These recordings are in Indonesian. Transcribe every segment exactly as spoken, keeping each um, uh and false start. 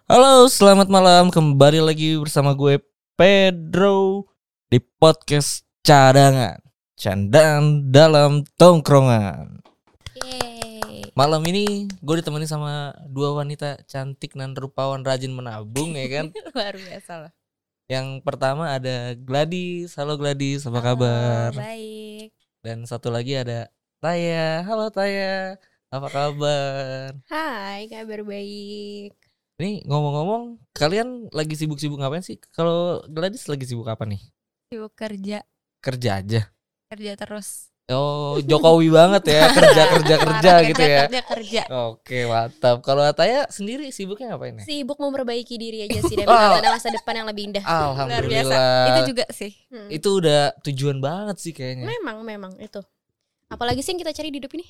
Halo, selamat malam. Kembali lagi bersama gue Pedro di podcast Cadangan, Candaan dalam Tongkrongan. Yeay. Malam ini gue ditemani sama dua wanita cantik dan rupawan rajin menabung ya kan. Luar biasa loh. Yang pertama ada Gladys. Halo Gladys, apa Halo, kabar? baik. Dan satu lagi ada Taya. Halo Taya, apa kabar? Hai, kabar baik. Ini ngomong-ngomong, kalian lagi sibuk-sibuk ngapain sih? Kalau Gladys lagi sibuk apa nih? Sibuk kerja, Kerja aja. kerja terus. Oh, Jokowi banget ya, kerja-kerja-kerja gitu ya. Kerja kerja. Oke, mantap. Kalau Ataya sendiri sibuknya ngapain nih? Sibuk memperbaiki diri aja sih dan Oh. ada masa depan yang lebih indah. Luar biasa. Alhamdulillah. Itu juga sih. Hmm. Itu udah tujuan banget sih kayaknya. Memang, memang itu. Apalagi sih yang kita cari di hidup ini?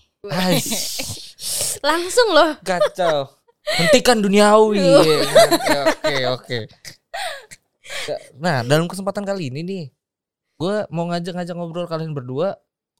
Ais, Langsung loh. kacau. Hentikan duniawi. Oke, oke, oke. Nah, dalam kesempatan kali ini nih, gue mau ngajak-ngajak ngobrol kalian berdua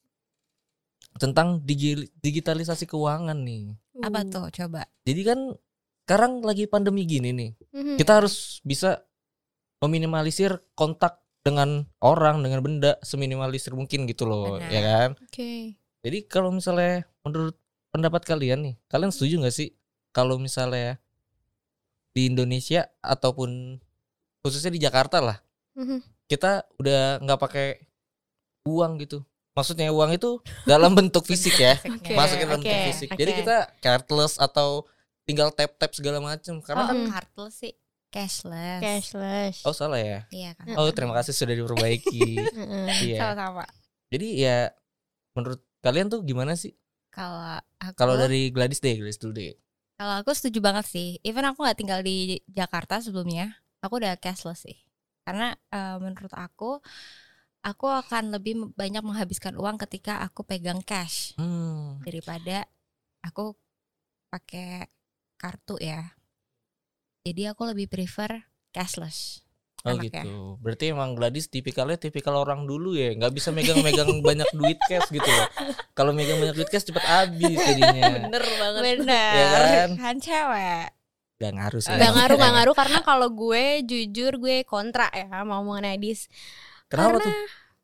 tentang digi- digitalisasi keuangan nih. Apa tuh? Coba. Jadi kan sekarang lagi pandemi gini nih, Mhm. kita harus bisa meminimalisir kontak dengan orang, dengan benda seminimalisir mungkin gitu loh. Benar. Ya kan? Oke. Jadi kalau misalnya menurut pendapat kalian nih, kalian setuju gak sih kalau misalnya di Indonesia ataupun khususnya di Jakarta lah, Mhm. kita udah gak pakai uang gitu. Maksudnya uang itu dalam bentuk fisik ya, Oke, masuknya dalam oke, bentuk fisik. oke. Jadi kita cardless atau tinggal tap-tap segala macam. Karena Oh, kan mm. Cardless sih, cashless. Cashless. oh salah ya. Iya kan. Oh terima kasih sudah diperbaiki. Heeh. Iya. Sama-sama. Jadi ya menurut kalian tuh gimana sih? Kalau aku, Kalau dari Gladys deh, Gladys dulu deh. kalau aku setuju banget sih. Even aku nggak tinggal di Jakarta sebelumnya, aku udah cashless sih. Karena eh, menurut aku, aku akan lebih banyak menghabiskan uang ketika aku pegang cash Hmm. daripada aku pakai kartu ya. Jadi aku lebih prefer cashless. Oh Enak ya. gitu. Berarti emang Gladys tipikalnya tipikal orang dulu ya, nggak bisa megang-megang banyak duit cash gitu loh. Kalau megang banyak duit cash cepet habis jadinya. Bener banget. Bener, Ya kan? kan cewek. Gak ngaruh sih. Gak ngaruh, gak ngaruh karena kalau gue jujur gue kontra ya mau omongan Adis. Kenapa Karena, tuh?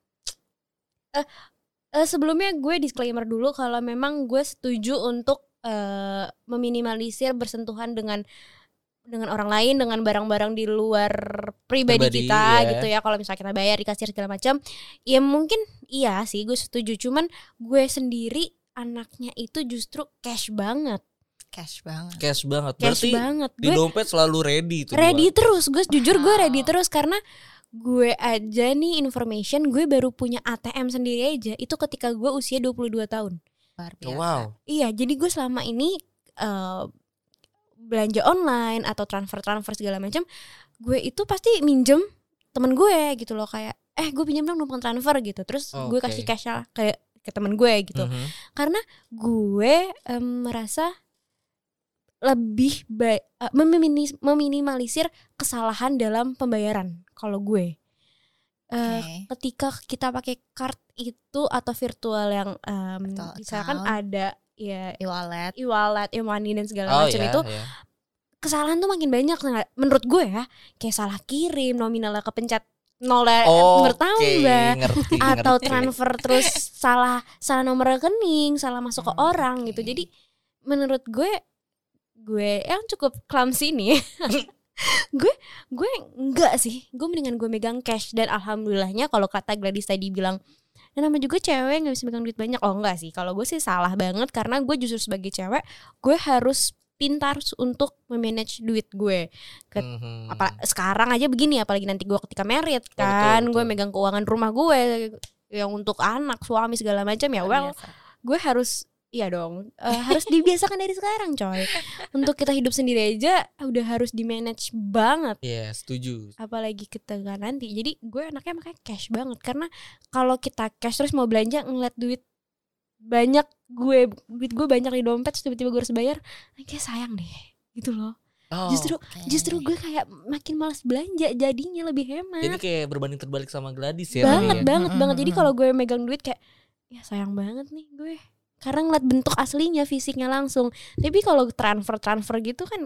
Eh, sebelumnya gue disclaimer dulu kalau memang gue setuju untuk eh, meminimalisir bersentuhan dengan dengan orang lain, dengan barang-barang di luar pribadi, Pribadi, kita ya. gitu ya. Kalau misalnya kita bayar di kasir segala macam, ya mungkin iya sih gue setuju. Cuman gue sendiri anaknya itu justru cash banget, Cash banget. Cash banget. cash Berarti banget. di Gue dompet selalu ready tuh. ready buat- terus, gue jujur gue Wow. ready terus karena gue aja nih information gue baru punya A T M sendiri aja itu ketika gue usia dua puluh dua tahun. Luar Oh, biasa. wow. Iya, jadi gue selama ini uh, belanja online atau transfer-transfer segala macam, gue itu pasti minjem temen gue gitu loh, kayak eh gue pinjam dong numpang transfer gitu, terus gue Oke. kasih cashnya kayak ke temen gue gitu, Mhm. karena gue em, merasa lebih baik uh, memini- meminimalisir kesalahan dalam pembayaran kalau gue. Uh, Oke. ketika kita pakai card itu atau virtual yang um, Virtual misalkan account. ada ya E-wallet. e-wallet, e-money dan segala Oh macam ya, itu, ya. kesalahan tuh makin banyak menurut gue ya, kayak salah kirim, nominalnya kepencet nol Oh, bertambah, ngerti, atau ngerti. transfer terus salah salah nomor rekening, salah masuk ke Hmm, orang gitu. oke. Jadi menurut gue gue yang cukup clumsy nih. gue gue enggak sih, gue mendingan gue megang cash. Dan alhamdulillahnya kalau kata Gladys tadi bilang, nah, nama juga cewek nggak bisa megang duit banyak. Oh enggak sih, kalau gue sih salah banget karena gue justru sebagai cewek gue harus pintar untuk memanage duit gue. Ke- Mhm. Apa sekarang aja begini, apalagi nanti gue ketika married Oh, kan, betul, gue betul. megang keuangan rumah gue yang untuk anak, suami segala macam ya. Luar Well, biasa. gue harus iya dong, eh, harus dibiasakan dari sekarang coy. Untuk kita hidup sendiri aja udah harus di manage banget, Iya, setuju. apalagi kita nggak nanti. Jadi gue anaknya makanya cash banget, karena kalau kita cash terus mau belanja ngeliat duit banyak, gue duit gue banyak di dompet terus tiba-tiba gue harus bayar, kayak sayang deh gitu loh. Oh, Justru Oke. justru gue kayak makin malas belanja, jadinya lebih hemat. jadi kayak berbanding terbalik sama Gladys ya. banget Mami, ya? banget Mm-mm, banget. Jadi mm-mm. kalau gue megang duit kayak ya sayang banget nih gue, karena ngeliat bentuk aslinya, fisiknya langsung. Tapi kalau transfer transfer gitu kan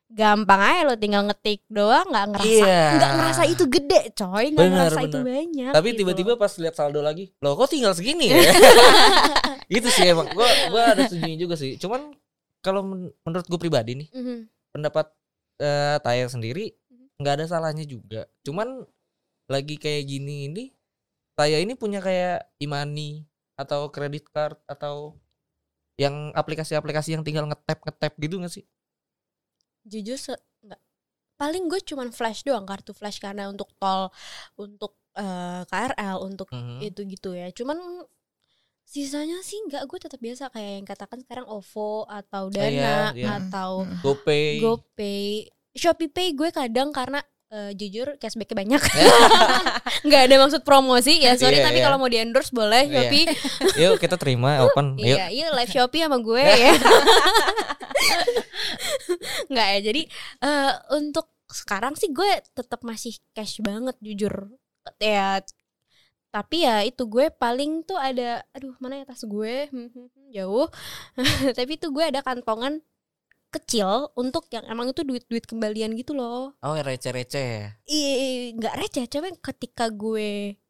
gampang aja lo tinggal ngetik doang, nggak ngerasa Iya. nggak ngerasa itu gede coy, nggak Bener, ngerasa itu bener. banyak. Tapi gitu. tiba-tiba pas lihat saldo lagi, loh kok tinggal segini ya? Gitu sih emang. Gua gua ada setuju juga sih. Cuman kalau men- menurut gue pribadi nih, Mhm. pendapat eh, Taya sendiri nggak ada salahnya juga. Cuman lagi kayak gini ini, Taya ini punya kayak e-money atau credit card atau yang aplikasi-aplikasi yang tinggal ngetap ngetap gitu nggak sih? Jujur se nggak, paling gue cuman flash doang, kartu flash karena untuk tol, untuk eh, K R L, untuk Mhm. itu gitu ya. Cuman sisanya sih nggak, gue tetap biasa kayak yang katakan sekarang OVO atau Dana iya, iya. atau Hmm. GoPay. GoPay, Shopee Pay gue kadang karena eh, jujur cashbacknya banyak. Nggak ada maksud promosi ya, sorry, Iya, tapi iya. kalau mau di endorse boleh Iya. Shopee. Yuk kita terima open. Yuk. Iya, iya live Shopee sama gue ya. Nggak ya, jadi eh, untuk sekarang sih gue tetap masih cash banget jujur ya. Tapi ya itu gue paling tuh ada, aduh mana ya tas gue, Hmm, hmm, hmm, jauh. Tapi itu gue ada kantongan kecil untuk yang emang itu duit-duit kembalian gitu loh. Oh receh-receh. Ih, nggak receh, coba ketika gue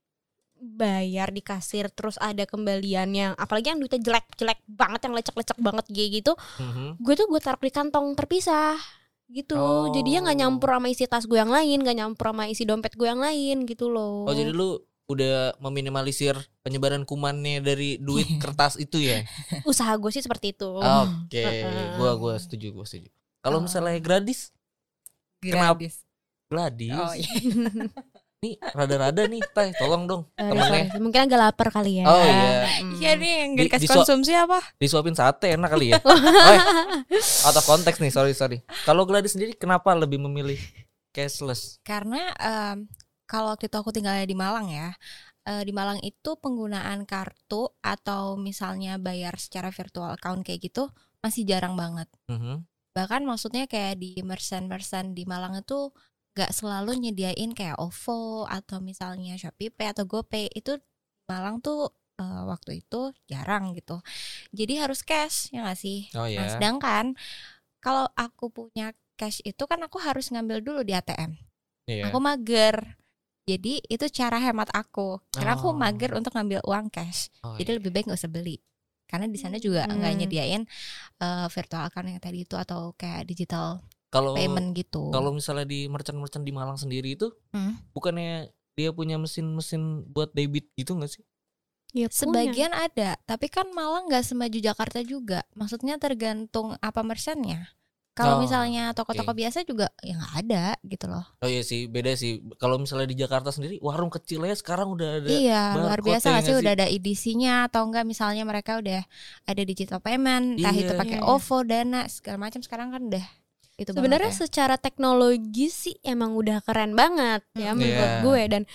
bayar di kasir terus ada kembaliannya, apalagi yang duitnya jelek-jelek banget, yang lecek-lecek banget kayak gitu, Mhm. gue tuh gue taruh di kantong terpisah gitu. Oh. Jadinya nggak nyampur sama isi tas gue yang lain, nggak nyampur sama isi dompet gue yang lain gitu loh. Oh jadi lu udah meminimalisir penyebaran kumannya dari duit kertas itu ya? Usaha gue sih seperti itu. Oke, Heeh. gua gua setuju, gua setuju. Kalau Oh. misalnya Gladys, Kenapa? Gratis. Gladys, Oh iya. nih rada-rada nih, Tay, tolong dong Sorry, temennya. sorry. Mungkin agak lapar kali ya. Oh iya, Hmm. Iya nih yang Di- gak dikasih di so- konsumsi apa? disuapin sate enak kali ya. Oh, out of konteks nih, sorry sorry. Kalau Gladys sendiri kenapa lebih memilih cashless? Karena em, kalau waktu itu aku tinggalnya di Malang ya, eh, di Malang itu penggunaan kartu atau misalnya bayar secara virtual account kayak gitu masih jarang banget. Mhm. Bahkan maksudnya kayak di merchant-merchant di Malang itu gak selalu nyediain kayak OVO atau misalnya Shopee Pay atau GoPay. Itu di Malang tuh eh, waktu itu jarang gitu. Jadi harus cash ya gak sih? Oh Nah, ya. sedangkan kalau aku punya cash itu kan aku harus ngambil dulu di A T M. Iya. Aku mager. Jadi itu cara hemat aku. Karena aku Oh. mager untuk ngambil uang cash. Oh, Jadi iya. lebih baik gak usah beli. Karena di sana juga Hmm. nggak nyediain eh, virtual account yang tadi itu atau kayak digital Kalau payment gitu. kalau misalnya di merchant-merchant di Malang sendiri itu, Hmm. bukannya dia punya mesin-mesin buat debit gitu nggak sih? Ya, punya. Sebagian ada, tapi kan Malang nggak semaju Jakarta juga. Maksudnya tergantung apa merchantnya. Kalau Oh, misalnya toko-toko oke. biasa juga ya nggak ada gitu loh. Oh iya sih, beda sih. Kalau misalnya di Jakarta sendiri, warung kecilnya sekarang udah ada. Iya, luar barcode biasa ya nggak sih nggak udah ada E D C-nya atau enggak misalnya mereka udah ada digital payment, entah Iya, itu pakai iya. OVO, Dana, segala macam sekarang kan udah itu Sebenarnya banget ya. secara teknologi sih emang udah keren banget ya Hmm. menurut Iya. gue. Dan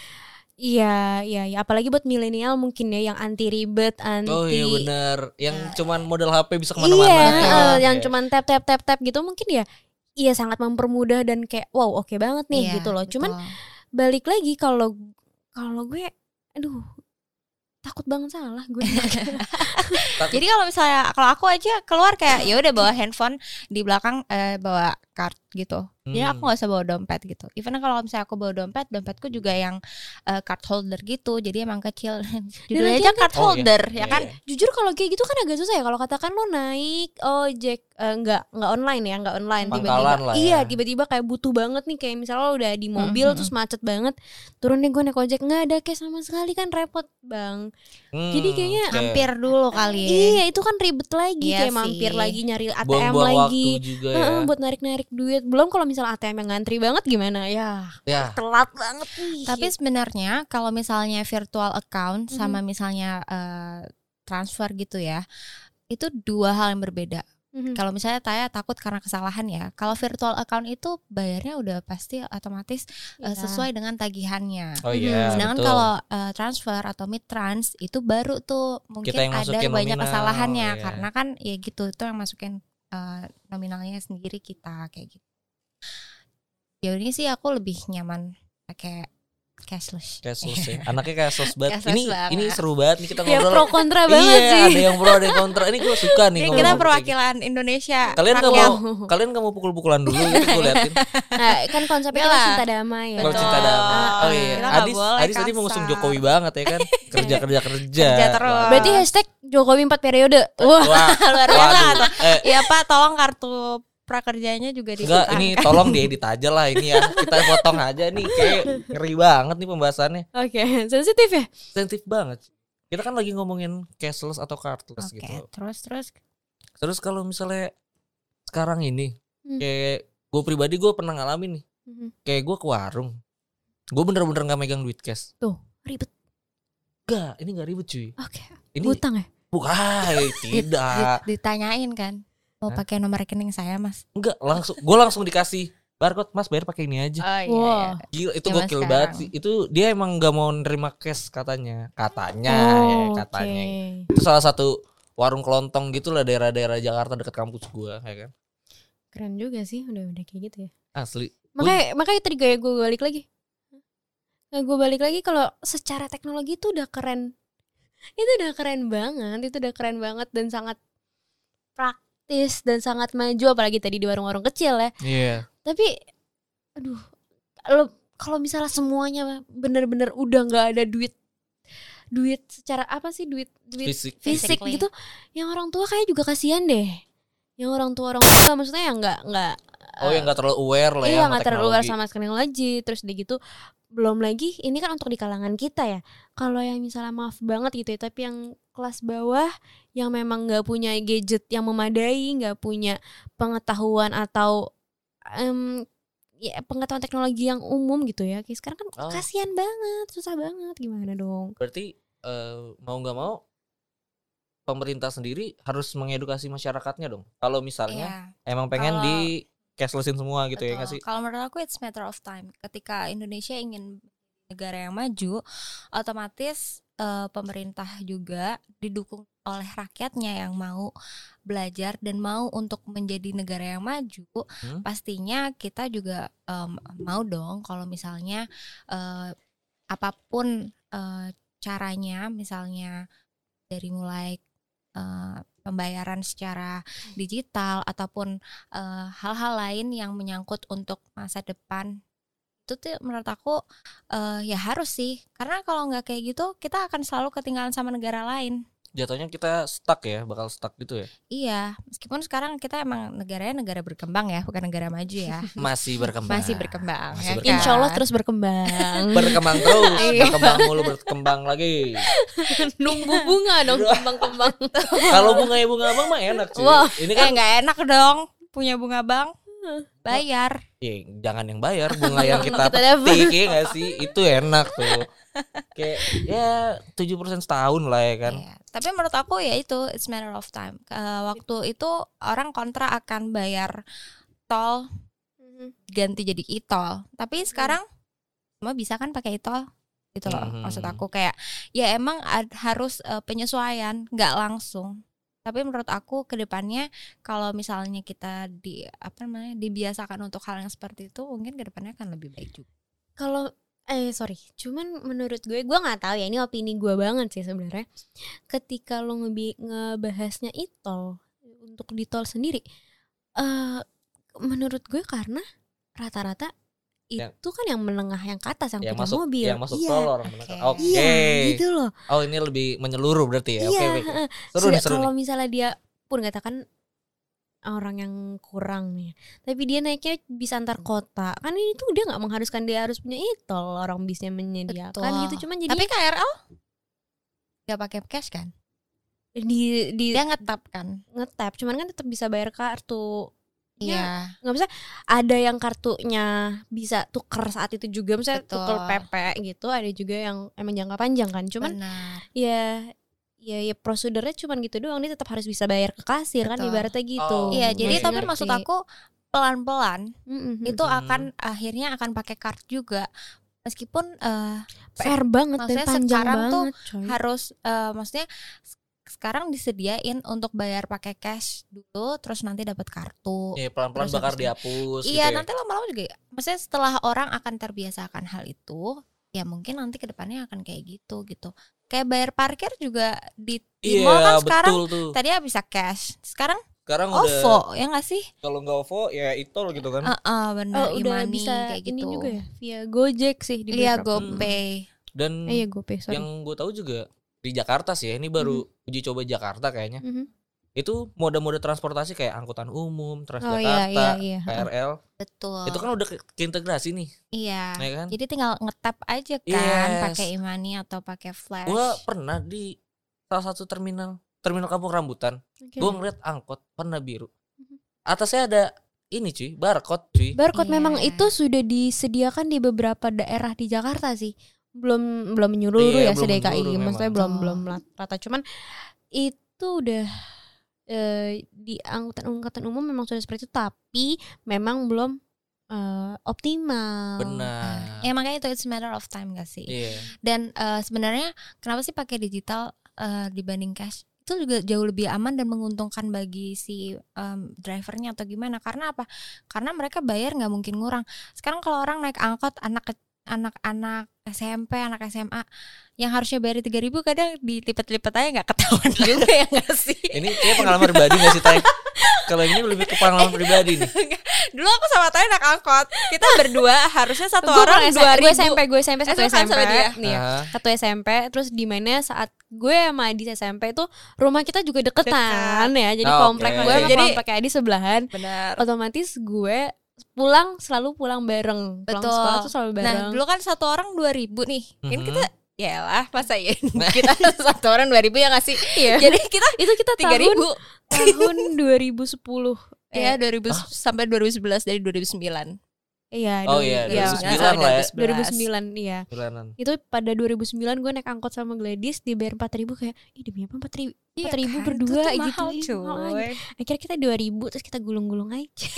iya iya ya, apalagi buat milenial mungkin ya, yang anti ribet, anti Oh iya benar, yang Ya. cuman model H P bisa kemana-mana. Iya, tuh. eh, yang Iya. cuman tap tap tap tap gitu mungkin ya. Iya, sangat mempermudah dan kayak wow, oke banget nih Iya, gitu loh. Cuman betul. balik lagi, kalau kalau gue aduh takut banget salah gue. Takut- Jadi kalau misalnya kalau aku aja keluar kayak ya udah bawa handphone di belakang eh, bawa card gitu. Jadi Hmm. aku nggak usah bawa dompet gitu. Even kalau misalnya aku bawa dompet, dompetku juga yang eh, card holder gitu. Jadi emang kecil. Judulnya lagian aja kan- card Oh, iya. holder ya Iya, kan. iya. Jujur kalau kayak gitu kan agak susah ya. Kalau katakan lo naik ojek, eh, nggak nggak online ya, nggak online tiba-tiba. Pangkalan lah ya. Iya, tiba-tiba kayak butuh banget nih, kayak misalnya lo udah di mobil Hmm, terus macet banget, turun deh gue naik ojek, nggak ada cash sama sekali, kan repot bang. Hmm, Jadi kayaknya oke. Mampir dulu kali ya. Iya, itu kan ribet lagi, Iya kayak mampir sih. lagi nyari A T M Buang-buang lagi. waktu juga ya. Heeh, buat narik-narik duit. Belum kalau misalnya A T M yang ngantri banget gimana ya? Ya. Telat banget nih. Tapi sebenarnya kalau misalnya virtual account Mhm. sama misalnya eh, transfer gitu ya, itu dua hal yang berbeda. Mhm. Kalau misalnya Taya takut karena kesalahan ya, kalau virtual account itu bayarnya udah pasti otomatis eh, Iya. sesuai dengan tagihannya. Oh Mhm. iya. Sedangkan betul. kalau eh, transfer atau mid trans itu baru tuh mungkin Kita yang ada masukin banyak nominal, kesalahannya iya. karena kan ya gitu itu yang masukin eh, nominalnya sendiri kita kayak gitu. Ya ini sih aku lebih nyaman pakai cashless. Cashless ya. Anaknya cashless banget. Cashless Ini banget. ini seru banget nih kita Ya ngobrol. pro kontra banget iya, sih. ada yang pro ada yang kontra. Ini gue suka nih Ini ngomong. kita perwakilan Indonesia. Kalian nggak rakyat. mau kalian nggak mau pukul-pukulan dulu gitu gue liatin. Nah, kan konsepnya Iyalah. kan cinta damai ya. Kalau Betul. cinta damai. Ah, Oh iya. kita nggak Adis boleh Adis tadi kasar. mengusung Jokowi banget ya kan. Kerja kerja kerja. Kerja terus. Berarti hashtag Jokowi empat periode. Wah, Wah, Luar biasa waduh. tuh. Eh, Iya Pak, tolong kartu prakerjanya juga enggak, diputar. ini tolong diedit aja lah ini ya. Kita potong aja nih kayak ngeri banget nih pembahasannya. oke, sensitif ya. Sensitif banget. Kita kan lagi ngomongin cashless atau cardless Oke, gitu. terus terus Terus kalau misalnya sekarang ini Hmm. kayak gue pribadi gue pernah ngalamin nih. Mhm. Kayak gue ke warung. Gue bener-bener gak megang duit cash. Tuh, ribet. Enggak, ini gak ribet cuy. Oke. Ini Hutang ya? bukan, Dit- tidak. dit- ditanyain kan, mau Hah? pakai nomor rekening saya Mas? Enggak, langsung gue langsung dikasih barcode, Mas bayar pakai ini aja. Oh Wah. Gila, itu Zaman gokil sekarang. banget sih. Itu dia emang gak mau nerima cash katanya. Katanya ya, Oh, katanya. oke. Itu salah satu warung kelontong gitu lah daerah-daerah Jakarta dekat kampus gua, ya kan. Keren juga sih, udah udah kayak gitu ya. Asli. Makanya makanya tadi gaya gue balik lagi. Nah, gue balik lagi kalau secara teknologi itu udah keren. Itu udah keren banget, itu udah keren banget dan sangat praktis dan sangat maju apalagi tadi di warung-warung kecil ya. Iya. Tapi aduh, kalau kalau misalnya semuanya bener-bener udah nggak ada duit duit secara apa sih duit duit Fisik. fisik Physically. gitu, yang orang tua kayak juga kasihan deh. Yang orang tua orang tua maksudnya yang nggak nggak Oh, yang gak terlalu aware lah ya iya sama nggak terlalu aware teknologi. sama teknologi. Terus udah gitu belum lagi ini kan untuk di kalangan kita ya. Kalau yang misalnya maaf banget gitu ya, tapi yang kelas bawah yang memang nggak punya gadget yang memadai, nggak punya pengetahuan atau em, ya pengetahuan teknologi yang umum gitu ya. Kayak sekarang kan Oh. kasihan banget, susah banget, gimana dong? Berarti eh, mau nggak mau pemerintah sendiri harus mengedukasi masyarakatnya dong. Kalau misalnya Iya, emang pengen Kalau- di cashlessin semua gitu ya nggak betul. sih? Kalau menurut aku it's matter of time. Ketika Indonesia ingin negara yang maju, otomatis eh, pemerintah juga didukung oleh rakyatnya yang mau belajar dan mau untuk menjadi negara yang maju. Hmm? Pastinya kita juga em, mau dong kalau misalnya eh, apapun eh, caranya, misalnya dari mulai eh, pembayaran secara digital ataupun eh, hal-hal lain yang menyangkut untuk masa depan, itu tuh menurut aku eh, ya harus sih, karena kalau nggak kayak gitu kita akan selalu ketinggalan sama negara lain. Jatuhnya kita stuck ya, bakal stuck gitu ya. Iya, meskipun sekarang kita emang negaranya negara berkembang ya, bukan negara maju ya. Masih berkembang. Masih berkembang, Masih ya berkembang. Insya Allah kan? terus berkembang. Berkembang terus, Iya. berkembang mulu, berkembang lagi. Numbu bunga dong, kembang-kembang. Kalau bunganya bunga abang mah enak sih. Wah. Ini Eh kan nggak enak dong punya bunga bang, bayar. ya, jangan yang bayar, bunga yang kita, Kita dapat. petik ya nggak sih? Itu enak tuh. Kayak ya tujuh persen setahun lah ya kan. Iya. Tapi menurut aku ya itu it's matter of time. Eh, waktu itu orang kontra akan bayar tol ganti jadi e-tol. Tapi sekarang semua bisa kan pakai e-tol gitu loh. Mhm. Maksud aku kayak ya emang ad- harus eh, penyesuaian, nggak langsung. Tapi menurut aku kedepannya kalau misalnya kita di apa namanya dibiasakan untuk hal yang seperti itu, mungkin kedepannya akan lebih baik juga. Kalau eh sorry, cuman menurut gue, gue nggak tahu ya, ini opini gue banget sih sebenarnya. Ketika lo ngebi ngebahasnya e-tol untuk di tol sendiri, eh menurut gue karena rata-rata Yang- itu kan yang menengah yang ke atas yang, Yang punya masuk, mobil, yang masuk iya, tol orang Oke. menengah. Oke. iya gitu loh. Oh ini lebih menyeluruh berarti ya. Oke, Iya, oke. heeh. Seru Sudah, nih, seru kalau nih. misalnya dia pun katakan orang yang kurang nih, tapi dia naiknya bisa antar kota, kan ini tuh dia nggak mengharuskan dia harus punya e-tol, orang bisnya menyediakan Betul. gitu, cuman jadi Tapi K R L nggak pakai cash kan? di di Dia ngetap kan? ngetap, cuman kan tetap bisa bayar kartu. Ya, Iya. nggak bisa ada yang kartunya bisa tuker saat itu juga, misalnya Betul. tuker P P gitu, ada juga yang emang jangka panjang kan, cuman Benar. ya ya ya prosedurnya cuman gitu doang, dia tetap harus bisa bayar ke kasir kan Betul. ibaratnya gitu. Oh, Iya, Ngerti, jadi tapi ngerti. maksud aku pelan-pelan Mm-mm. itu Hmm. akan akhirnya akan pakai kartu juga. Meskipun eh, P R banget dan maksudnya panjang sekarang tuh banget coy. harus eh, maksudnya s- sekarang disediain untuk bayar pakai cash dulu, terus nanti dapat kartu. Iya, pelan-pelan Terus bakar habis itu- dihapus gitu Iya, ya. nanti lama-lama juga. Maksudnya setelah orang akan terbiasakan hal itu, ya mungkin nanti kedepannya akan kayak gitu gitu. Kayak bayar parkir juga di, Iya di mall kan sekarang betul tuh. tadinya bisa cash, sekarang Sekarang udah OVO ya nggak sih? kalau nggak OVO ya Itol gitu kan. Heeh, benar, Oh, udah e-money bisa kayak gitu. ini juga ya via Gojek sih di Iya, beberapa. GoPay. Dan Eh, iya GoPay, sorry. yang gue tahu juga di Jakarta sih ya, ini baru uji coba Jakarta kayaknya. Mhm. Itu moda-moda transportasi kayak angkutan umum, Oh Transjakarta, iya iya iya. K R L. Betul. Itu kan udah ke- keintegrasi nih, Iya. ya kan? Jadi tinggal ngetap aja kan Yes. pakai e-money atau pakai flash. Gue pernah di salah satu terminal, terminal Kampung Rambutan. Oke. Gue ngeliat angkot warna biru. Atasnya ada ini cuy, barcode cuy. Barcode Iya. memang itu sudah disediakan di beberapa daerah di Jakarta sih. Belum belum menyeluruh Iya, ya belum se-D K I, menyeluruh maksudnya memang. belum Betul. belum rata. Cuman itu udah eh, di angkutan-angkutan umum memang sudah seperti itu, tapi memang belum eh, optimal. Benar. Ya makanya itu it's a matter of time gak sih? Iya. Dan eh, sebenarnya kenapa sih pakai digital eh, dibanding cash? Itu juga jauh lebih aman dan menguntungkan bagi si em, drivernya atau gimana? Karena apa? Karena mereka bayar nggak mungkin ngurang. Sekarang kalau orang naik angkot anak ke- anak-anak S M P, anak S M A yang harusnya bayar tiga ribu kadang dilipat-lipat aja nggak ketahuan juga ya nggak sih? Ini kayak pengalaman pribadi gak sih Tay? Kalau ini lebih ke pengalaman pribadi nih. Dulu aku sama Taya naik angkot, kita berdua harusnya satu Gue orang dua ribu. gue S M P, gue S M P satu S M P S M P. sama dia. Nih ya. Ah, Satu S M P, terus di mana saat gue sama Adi S M P itu rumah kita juga deketan ya. Jadi Oh, komplek oke. gue sama Jadi- komplek Adi sebelahan. Benar. Otomatis gue pulang selalu pulang bareng. Pulang Betul. sekolah tuh selalu bareng. Nah dulu kan satu orang dua ribu nih. Kan Mhm. kita ya lah masa ya kita satu orang dua ribu ya nggak sih? Iya. Jadi kita itu kita tiga tahun ribu. tahun dua ribu sepuluh. Ya dua ribu sampai dua ribu sebelas dari dua ribu sembilan. Iya, Oh dua- iya, iya, dua ribu sembilan lah ya. dua ribu sembilan iya. Bulanan. Itu pada dua ribu sembilan gue naik angkot sama Gladys dibayar empat ribu, kayak ih demi apa empat ribu Iya empat ribu kan? berdua Itu tuh gitu. mahal, Ih, mahal aja. cuy. Akhirnya kita dua ribu terus kita gulung-gulung aja.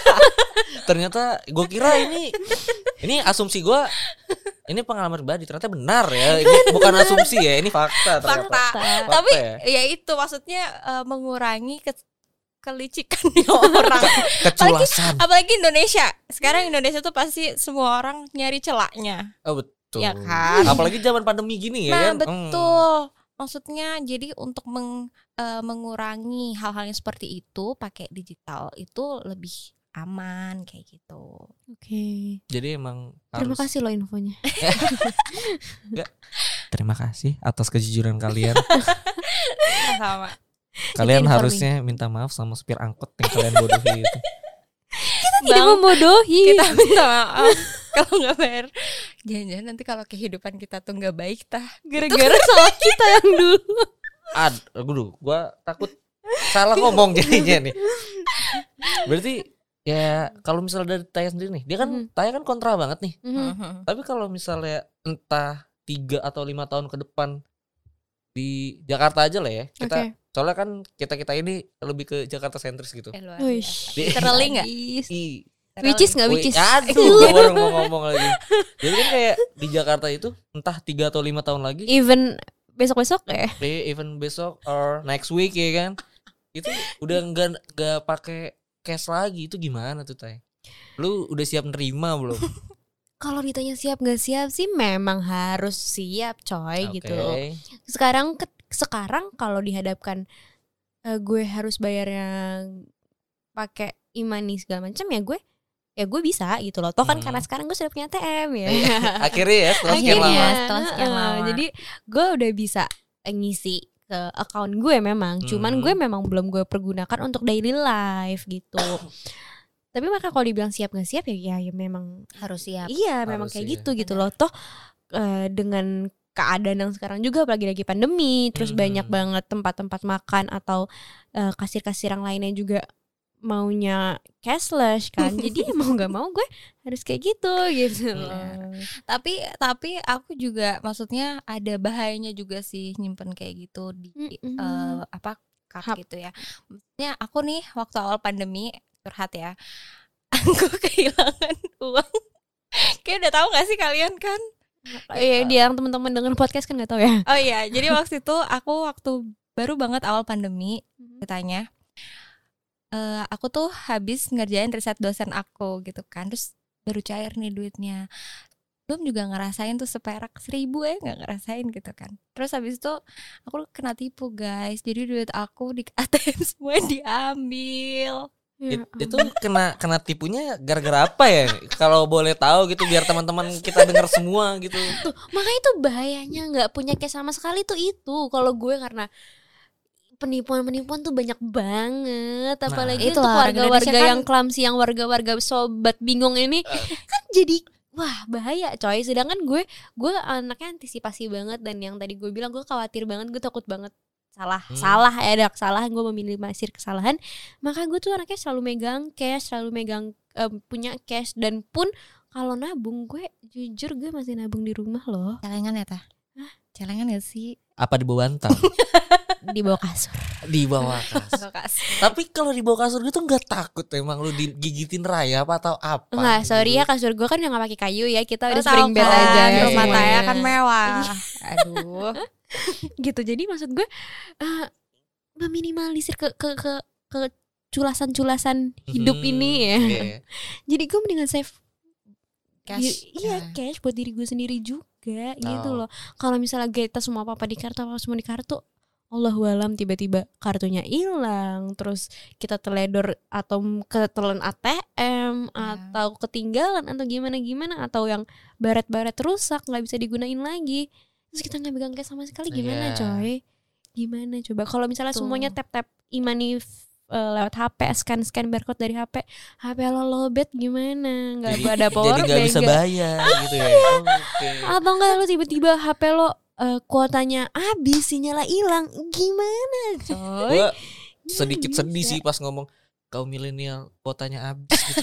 Ternyata gue kira ini ini asumsi gue, ini pengalaman pribadi, ternyata benar ya. Ini bukan asumsi ya, ini fakta ternyata. Fakta. Fakta Tapi ya. ya itu maksudnya eh, mengurangi ke- kelicikannya orang. Keculasan. Apalagi Indonesia. Sekarang Indonesia tuh pasti semua orang nyari celaknya. Oh betul. Ya kan? Apalagi zaman pandemi gini ya Nah, kan. Hmm. betul. Maksudnya jadi untuk meng- eh, mengurangi hal-hal yang seperti itu pakai digital itu lebih aman kayak gitu. Oke. Jadi emang Terima harus. kasih loh infonya. Terima kasih atas kejujuran kalian. Sama. Kalian Itu harusnya minta maaf sama supir angkot yang kalian bodohi itu. Tidak Bang, membodohi. kita minta maaf kalau nggak bayar. Jangan-jangan nanti kalau kehidupan kita tuh nggak baik tah. gara-gara salah kita yang dulu. Ad, aduh, gua takut salah ngomong jadinya nih. Berarti ya kalau misalnya dari Taya sendiri nih, dia kan Mhm. Taya kan kontra banget nih. Mhm. Tapi kalau misalnya entah tiga atau lima tahun ke depan di Jakarta aja lah ya, kita Oke. soalnya kan kita kita ini lebih ke Jakarta sentris gitu. Eh, luar Wish. biasa. Di- Literally nggak? I, Which is nggak which wih, is. aduh, gua baru mau ngomong lagi. Jadi kan kayak di Jakarta itu entah tiga atau lima tahun lagi, Even besok-besok ya. eh, even besok or next week ya kan, itu udah nggak nggak pakai cash lagi. Itu gimana tuh Tay? Lu udah siap nerima belum? Kalau ditanya siap gak siap sih memang harus siap coy Oke. gitu. Sekarang ke- sekarang kalau dihadapkan eh, gue harus bayarnya pakai e-money segala macam ya gue ya gue bisa gitu loh. Toh kan Hmm. karena sekarang gue sudah punya A T M ya. Iya, akhirnya ya setelah sekian Akhirnya. lama. setelah sekian Heeh, lama. Jadi gue udah bisa ngisi ke account gue memang. Cuman Hmm. gue memang belum gue pergunakan untuk daily life gitu. Tapi maka kalau dibilang siap gak siap ya ya, ya memang harus siap. iya memang Harus kayak iya. gitu gitu loh. Toh eh, dengan keadaan yang sekarang juga apalagi lagi pandemi, terus Mhm. banyak banget tempat-tempat makan atau eh, kasir-kasir yang lainnya juga maunya cashless kan. Jadi ya mau nggak mau gue harus kayak gitu gitu loh. Tapi tapi aku juga maksudnya ada bahayanya juga sih nyimpen kayak gitu di Mm-mm. eh, apa card Hap. gitu ya. Maksudnya aku nih waktu awal pandemi curhat ya. Aku kehilangan uang. Kayak udah tahu gak sih kalian kan? Iya, dia yang teman-teman dengan podcast kan nggak tahu ya. Oh iya, jadi waktu itu aku waktu baru banget awal pandemi Mhm. ceritanya. Eh, aku tuh habis ngerjain riset dosen aku gitu kan, terus baru cair nih duitnya. belum juga ngerasain tuh seperak seribu ya nggak ngerasain gitu kan. Terus habis itu aku kena tipu guys, jadi duit aku di A T M semua diambil. It, itu kena kena tipunya gara-gara apa ya? Kalau boleh tahu gitu biar teman-teman kita dengar semua gitu. Tuh, makanya itu bahayanya nggak punya cash sama sekali tuh itu. Kalau gue karena penipuan-penipuan tuh banyak banget, apalagi Nah, untuk itulah, orang warga-warga Indonesia yang clumsy, yang warga-warga sobat bingung ini kan jadi wah bahaya coy. Sedangkan gue gue anaknya antisipasi banget, dan yang tadi gue bilang gue khawatir banget, gue takut banget salah Hmm. salah ya ada kesalahan, gue meminimalisir kesalahan. Maka gue tuh anaknya selalu megang cash, selalu megang em, punya cash, dan pun kalau nabung gue jujur gue masih nabung di rumah loh, Celengan ya tah? Celengan gak sih? Apa di bawah bantal? di bawah kasur. Di bawah kasur. Tapi kalau di bawah kasur gitu nggak takut emang lu digigitin rayap atau apa? Enggak, gitu? sorry ya, kasur gue kan udah gak pakai kayu ya, kita udah Udah spring bed kan, aja rumah semuanya. Taya kan mewah. Aduh. Gitu. Jadi maksud gue eh, meminimalisir ke ke ke ke culasan-culasan hidup Mhm, ini ya. iya. Jadi gue mendingan save Cash. di- iya Ya. cash buat diri gue sendiri juga gitu Oh. loh. Kalau misalnya kita semua apa-apa di kartu, apa semua di kartu, Allahualam tiba-tiba kartunya hilang, terus kita teledor atau ketelan A T M Ya. atau ketinggalan atau gimana-gimana, atau yang baret-baret rusak nggak bisa digunain lagi, terus kita nggak pegang cash sama sekali, gimana Iya. coy? Gimana coba kalau misalnya Tuh. semuanya tap-tap e-money f- eh, lewat H P, scan-scan barcode dari H P, H P lo lowbat gimana? Nggak Jadi, ada power jadi nggak bank, bisa nggak- bayar gitu ya. Oh, oke. atau enggak lo tiba-tiba H P lo eh, kuotanya habis, sinyalnya hilang, gimana coy? Gua Nggak sedikit bisa. sedih sih pas ngomong kaum milenial kuotanya habis gitu.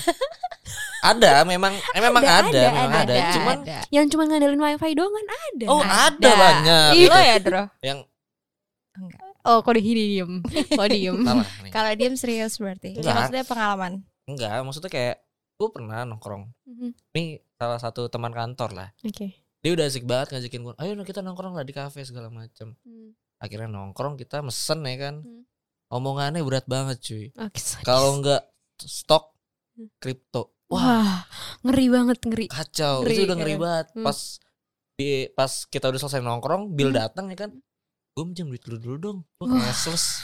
Ada memang eh, memang Ada, ada, ada, memang ada, ada. ada. Cuman Yang cuma ngandelin wifi doang kan ada. oh ada, banyak Iya. gitu. Lo ya Dro? Yang Enggak. Oh kok diem, kok diem. salah nih. Kalau diem serius berarti. Enggak. Ya, maksudnya pengalaman. Enggak, maksudnya kayak gue pernah nongkrong. Mhm. Nih salah satu teman kantor lah. Oke. Dia udah asik banget ngajakin gue, ayo kita nongkrong lah di kafe segala macem. Hmm. Akhirnya nongkrong, kita mesen ya kan. Hmm. Omongannya berat banget cuy. Oke. sadis. Kalau enggak stok Hmm. kripto, wah Wah, ngeri banget, ngeri. kacau. Ngeri, Itu udah ngeri ya. banget. Hmm. Pas di pas kita udah selesai nongkrong, bill Hmm. datang ya kan. Gue minjem duit dulu dulu dong. Gue Wah. cashless.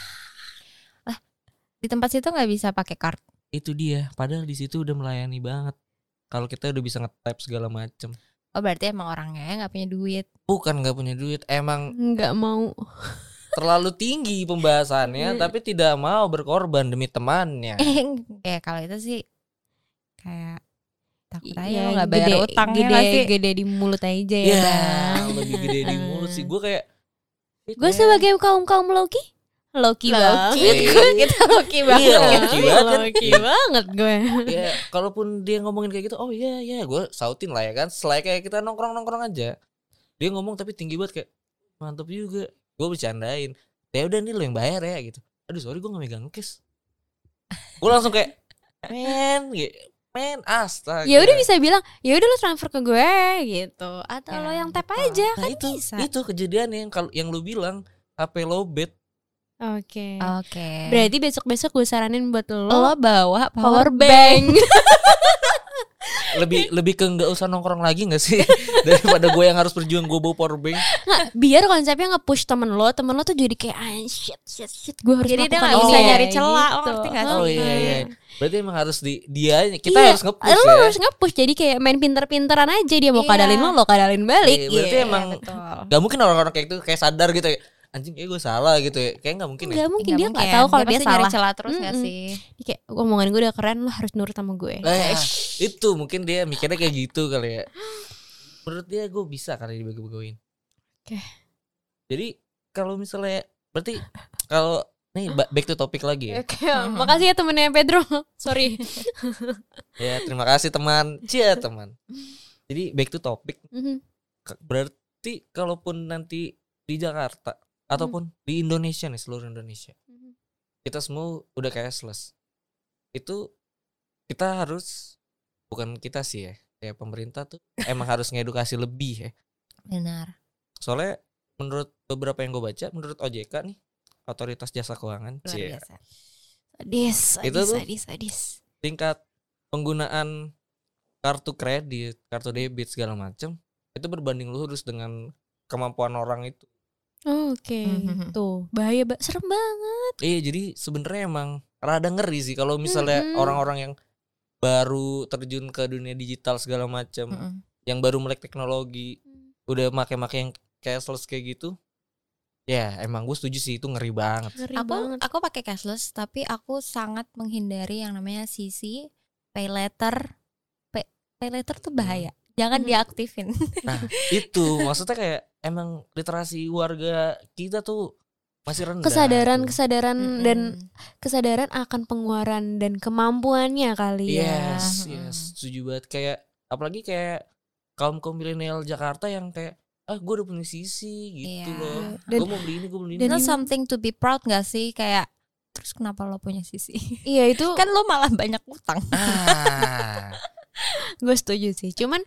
Di tempat situ nggak bisa pakai card. Itu dia. Padahal di situ udah melayani banget. Kalau kita udah bisa nge-tap segala macem. Oh berarti emang orangnya nggak punya duit. Bukan nggak punya duit, emang Nggak mau. terlalu tinggi pembahasannya, Hmm. tapi tidak mau berkorban demi temannya. Eh, ya kalau itu sih kayak takut aja Ya, lo nggak bayar gede, utang gede, ya nggak sih? gede di mulut aja ya, Ya, Bang. lebih gede di mulut sih. Gue kayak Gue sebagai kaum-kaum Loki, Loki banget. Loki. Kita Loki Iya, banget. Loki banget. Loki banget gue. Ya, kalaupun dia ngomongin kayak gitu, oh iya iya, gue sautin lah ya kan. Selain kayak kita nongkrong-nongkrong aja. Dia ngomong tapi tinggi banget kayak mantep juga. Gue bercandain. Ya udah nih lo yang bayar ya gitu. Aduh sorry gue gak megang cash. Gue langsung kayak men, gitu. Men astaga. Ya udah bisa bilang, ya udah lo transfer ke gue gitu, atau Ya, lo yang tap betul. aja Nah kan itu bisa. itu kejadian yang kalau yang lu bilang H P lowbat. Oke. Oke. Berarti besok-besok gue saranin buat lo, lo bawa power power bank. lebih lebih ke nggak usah nongkrong lagi nggak sih daripada gue yang harus berjuang gue bawa power bank. Nggak, biar konsepnya nge-push temen lo, temen lo tuh jadi kayak ah, shit shit shit gue harus Jadi dia melakukan nggak ini bisa ya, nyari celah, lo gitu. ngerti nggak sih? Oh iya iya. Berarti emang harus di dia kita Iya, harus nge-push lo ya. harus nge-push, jadi kayak main pinter-pinteran aja, dia mau Iya. kadalin lo, lo kadalin balik. Iya, berarti Iya. emang betul. gak mungkin orang-orang kayak itu kayak sadar gitu ya. Anjing kayak gue salah gitu ya. Kayak gak mungkin ya. Nggak mungkin, Nggak dia nggak mungkin. tahu kalau dia, pasti nyari salah. celah terus nggak Mm-mm. sih? Dia kayak omongan gue udah keren, lo harus nurut sama gue. Eh, itu mungkin dia mikirnya kayak gitu kali ya. Menurut dia gue bisa kali dibagi-bagiin. Oke. Jadi kalau misalnya berarti kalau nih ba- back to topic lagi ya. Oke, makasih ya temennya Pedro. Sorry. Ya terima kasih teman. Cia teman. Jadi back to topic. Mhm. K- Berarti kalaupun nanti di Jakarta ataupun di Indonesia nih, seluruh Indonesia, Mhm. kita semua udah cashless. Itu kita harus, bukan kita sih ya, kayak pemerintah tuh emang harus ngedukasi lebih ya. Benar. Soalnya menurut beberapa yang gue baca, menurut O J K nih, Otoritas Jasa Keuangan, Luar cie, biasa. Sadis, Itu sadis, tuh- sadis, sadis. tingkat penggunaan kartu kredit, kartu debit segala macam itu berbanding lurus dengan kemampuan orang itu. Oh, Oke, Mhm. tuh bahaya, ba- serem banget. Iya, jadi sebenarnya emang rada ngeri sih kalau misalnya Mm-mm. orang-orang yang baru terjun ke dunia digital segala macam, Mm-mm. yang baru melek teknologi, udah make-make yang cashless kayak gitu. Ya, emang gue setuju sih itu ngeri banget. Ngeri Aku banget. aku pakai cashless tapi aku sangat menghindari yang namanya C C, pay later. Pay, pay later tuh bahaya. Jangan Hmm. diaktifin. Nah, itu maksudnya kayak emang literasi warga kita tuh masih rendah. Kesadaran, tuh. kesadaran dan Mm-mm. kesadaran akan pengeluaran dan kemampuannya kali ya. Yes, Mm-mm. yes, setuju banget. Kayak apalagi kayak kaum kaum milenial Jakarta yang kayak ah gue udah punya sisi gitu Iya. loh. Dan- Gue mau beli ini, gue beli ini. dan Itu ini- something to be proud gak sih? Kayak terus kenapa lo punya sisi? Iya itu Kan lo malah banyak utang. Ah, gue setuju sih. Cuman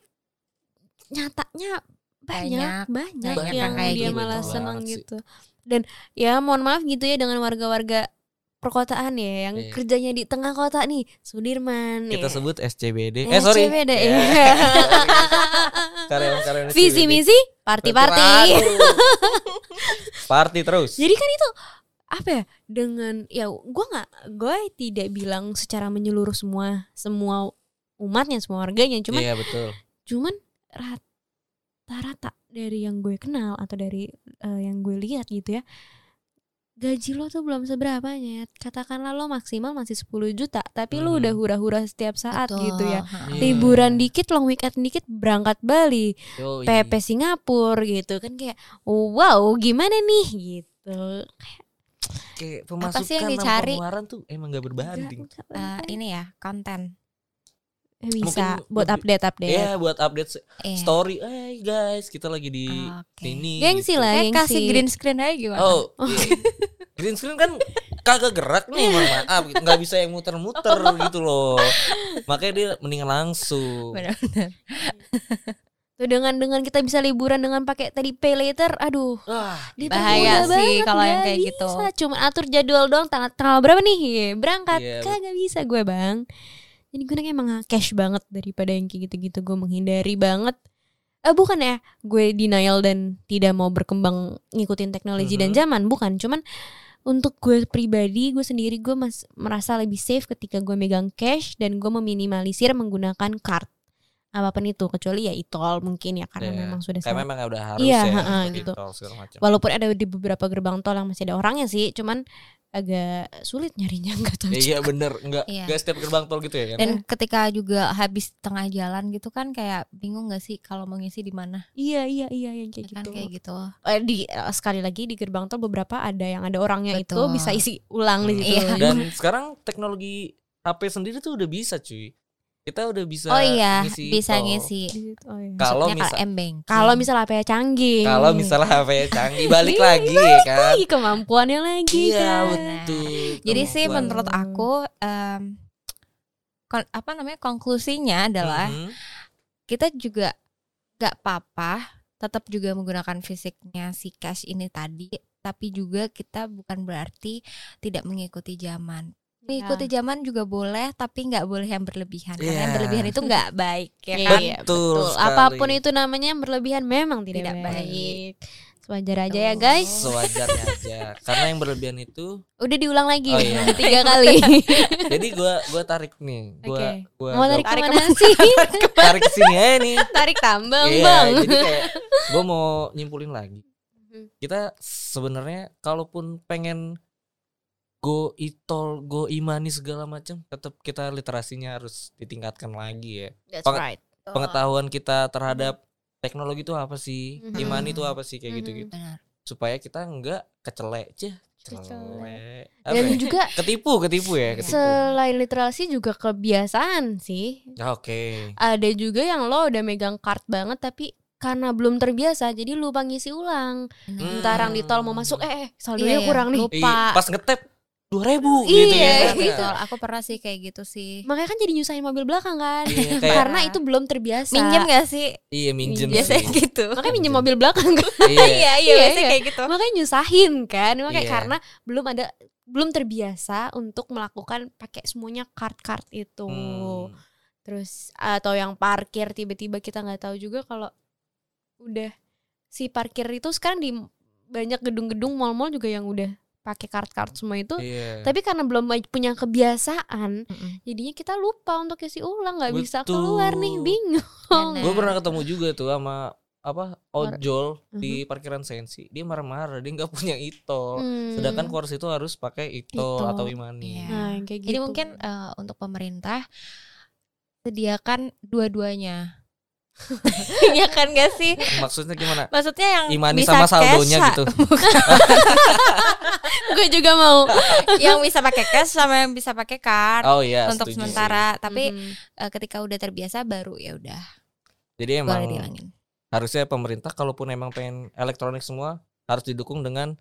nyatanya banyak Banyak. banyak, Banyak yang yang kayak dia gitu. malah Betul senang banget sih. gitu. Dan ya mohon maaf gitu ya dengan warga-warga perkotaan ya yang Iya. kerjanya di tengah kota nih, Sudirman kita ya. sebut S C B D. Eh, Eh sorry. S C B D, Ya. iya. Karyawan-karyawan Visi S C B D. misi party-party. Aduh. Party terus. Jadi kan itu apa ya, dengan ya gue nggak gue tidak bilang secara menyeluruh semua semua umatnya, semua warganya, cuman Iya betul. cuman rata-rata dari yang gue kenal atau dari eh, yang gue lihat gitu ya, gaji lo tuh belum seberapa Nyet. Katakanlah lo maksimal masih sepuluh juta, tapi lo Hmm. udah hura-hura setiap saat Betul. gitu ya. Ha-ha. Iya. Liburan dikit, long weekend dikit, berangkat Bali, Yoi. P P Singapura gitu kan, kayak wow gimana nih gitu. Kayak Apa sih yang pemasukan sama dicari? pengeluaran tuh emang gak berbanding. Nggak- Eh, nggak- ini ya konten. bisa mungkin buat lebih- update-update. Iya buat update se- Iya. story. Eh guys, kita lagi di Oke. sini. Gengsi gitu. lah, Eh, gengsi. kasih green screen aja gimana? Oh, iya. Green screen kan kagak gerak nih, mohon maaf, gitu. Nggak bisa yang muter-muter gitu loh. Makanya dia mendingan langsung. Benar-benar. Tuh dengan dengan kita bisa liburan dengan pakai tadi pay later, aduh. Wah, Bahaya dipermudah sih banget, kalau yang nggak kayak gitu. bisa. Cuma atur jadwal doang, tanggal tanggal berapa nih Ye, berangkat. Iya, Kagak bisa gue bang. Jadi gue emang cash banget daripada yang kayak gitu-gitu. Gue menghindari banget. Eh bukan ya, gue denial dan tidak mau berkembang ngikutin teknologi dan Mhm. zaman, bukan. Cuman untuk gue pribadi, gue sendiri gue mas merasa lebih safe ketika gue megang cash dan gue meminimalisir menggunakan card. Apapun itu, kecuali ya e-tol mungkin ya karena Iya. memang sudah kayak sangat- memang udah harus Iya, ya. ha-ha, seperti gitu. tol segala macam. walaupun ada di beberapa gerbang tol yang masih ada orangnya sih, cuman agak sulit nyarinya, nggak tahu. Iya bener, enggak Iya. enggak setiap gerbang tol gitu ya kan. Dan ketika juga habis tengah jalan gitu kan kayak bingung gak sih kalau mau ngisi di mana? Iya iya iya yang kayak Kan gitu. kayak gitu. Eh, di eh, sekali lagi di gerbang tol beberapa ada yang ada orangnya, Betul. itu bisa isi ulang di Hmm. situ. Iya. Dan sekarang teknologi H P sendiri tuh udah bisa cuy. Kita udah bisa Oh iya, ngisi bisa tol. ngisi. Di situ, oh iya. Kalau Maksudnya misal- M-Banking. Kalau misalnya H P canggih. Kalau misalnya H P canggih balik Iya, lagi ya kan. lagi kemampuannya lagi Iya kan. betul. Jadi sih Kemampuan. menurut aku em, kon- apa namanya konklusinya adalah Mhm. kita juga gak apa-apa tetap juga menggunakan fisiknya si cash ini tadi, tapi juga kita bukan berarti tidak mengikuti zaman. Mengikuti zaman juga boleh, tapi nggak boleh yang berlebihan. Karena yang Iya. berlebihan itu nggak baik, ya Iya, kan? iya, Betul betul. sekali. Apapun itu namanya yang berlebihan memang tidak, Tidak baik. Sewajar aja ya guys. Sewajarnya aja. Karena yang berlebihan itu. Udah diulang lagi Oh, iya. udah tiga kali. Jadi gua gua tarik nih. Gua Oke. gua Mau tarik gua- kemana sih? tarik ke sini aja nih. Tarik tambang Iya, bang. jadi kayak gua mau nyimpulin lagi. Mhm. Kita sebenarnya kalaupun pengen go e-tol, go e-money segala macam, tetap kita literasinya harus ditingkatkan lagi ya. That's Peng- right. Pengetahuan kita terhadap teknologi itu apa sih, Mhm. e-money itu apa sih kayak Mhm. gitu-gitu. Benar. Supaya kita enggak kecelek aja. Kecelek. Celek. Apa Dan ya? juga Ketipu, ketipu ya, ketipu. selain literasi juga kebiasaan sih. Ya, Oke. Ada juga yang lo udah megang card banget tapi karena belum terbiasa jadi lupa ngisi ulang. Hmm. Entar yang di tol mau masuk eh, eh saldonya Iya, iya. kurang nih. Lupa. Iya, pas ngetep dua ribu Iya, gitu ya. kan? Betul, aku pernah sih kayak gitu sih. Makanya kan jadi nyusahin mobil belakang kan. Iya, kayak- Karena itu belum terbiasa. Minjem gak sih? Iya minjem Biasanya sih. gitu. Makanya minjem mobil belakang kan. Iya. Iya, iya, biasanya iya. kayak gitu. Makanya nyusahin kan. Makanya Iya. karena belum ada belum terbiasa untuk melakukan pakai semuanya card-card itu. Hmm. Terus atau yang parkir tiba-tiba kita nggak tahu juga kalau udah si parkir itu sekarang di banyak gedung-gedung mall-mall juga yang udah pakai kart-kart semua itu. Iya. Tapi karena belum punya kebiasaan, Mm-mm. jadinya kita lupa untuk isi ulang, nggak bisa Betul. keluar nih, bingung. Bener. Gue pernah ketemu juga tuh sama apa ojol Mhm. di parkiran Sensi. Dia marah-marah, dia nggak punya e-tol. Hmm. Sedangkan Kors itu harus pakai e-tol E-tol. atau e-money. Iya. Nah, yang kayak gitu. Jadi mungkin eh, untuk pemerintah sediakan dua-duanya. Iya kan gak sih? Maksudnya gimana? Maksudnya yang E-money bisa sama saldonya cash, gitu. gue juga mau. yang bisa pakai cash sama yang bisa pakai card Oh iya, untuk setuju sementara. Tapi Mhm. eh, ketika udah terbiasa baru ya udah sih. Jadi emang boleh dihilangin. harusnya pemerintah kalaupun emang pengen elektronik semua harus didukung dengan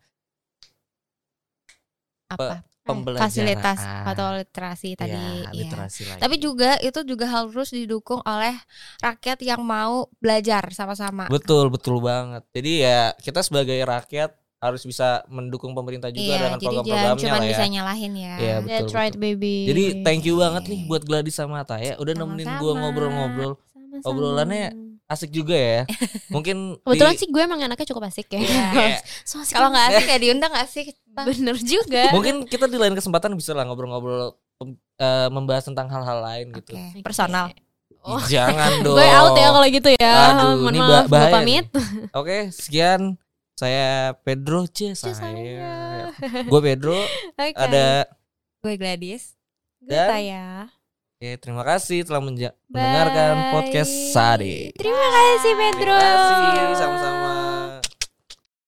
Apa? pembelajaran. Fasilitas atau literasi tadi. Ya, iya. literasi lagi. Tapi juga itu juga harus didukung oleh rakyat yang mau belajar sama-sama. betul betul banget. Jadi ya kita sebagai rakyat harus bisa mendukung pemerintah juga Iya, dengan jadi jangan program-programnya cuma lah ya. bisa nyalahin ya. Iya, betul. That's right, betul. baby. Jadi thank you banget nih buat Gladys sama Ataya udah nemenin Sama-sama. gua ngobrol-ngobrol. Sama-sama. Obrolannya asik juga ya. Mungkin Kebetulan di- sih gue emang anaknya cukup asik ya. Iya. So asik Kalau banget. nggak asik ya diundang nggak sih? Bener juga. mungkin kita di lain kesempatan bisa lah ngobrol-ngobrol em, eh, membahas tentang hal-hal lain gitu. Oke, personal. Oh. Ih, Jangan dong. Gue out ya kalau gitu ya. Aduh, Mohon ini maaf, ba- gue bahaya pamit. Oke, sekian saya Pedro C Cus, saya. Gue Pedro, Oke. ada Gue Gladys. Gue dan- Taya. ya, terima kasih telah menja- mendengarkan Bye. podcast Sade. Terima kasih Pedro. Terima kasih sama-sama.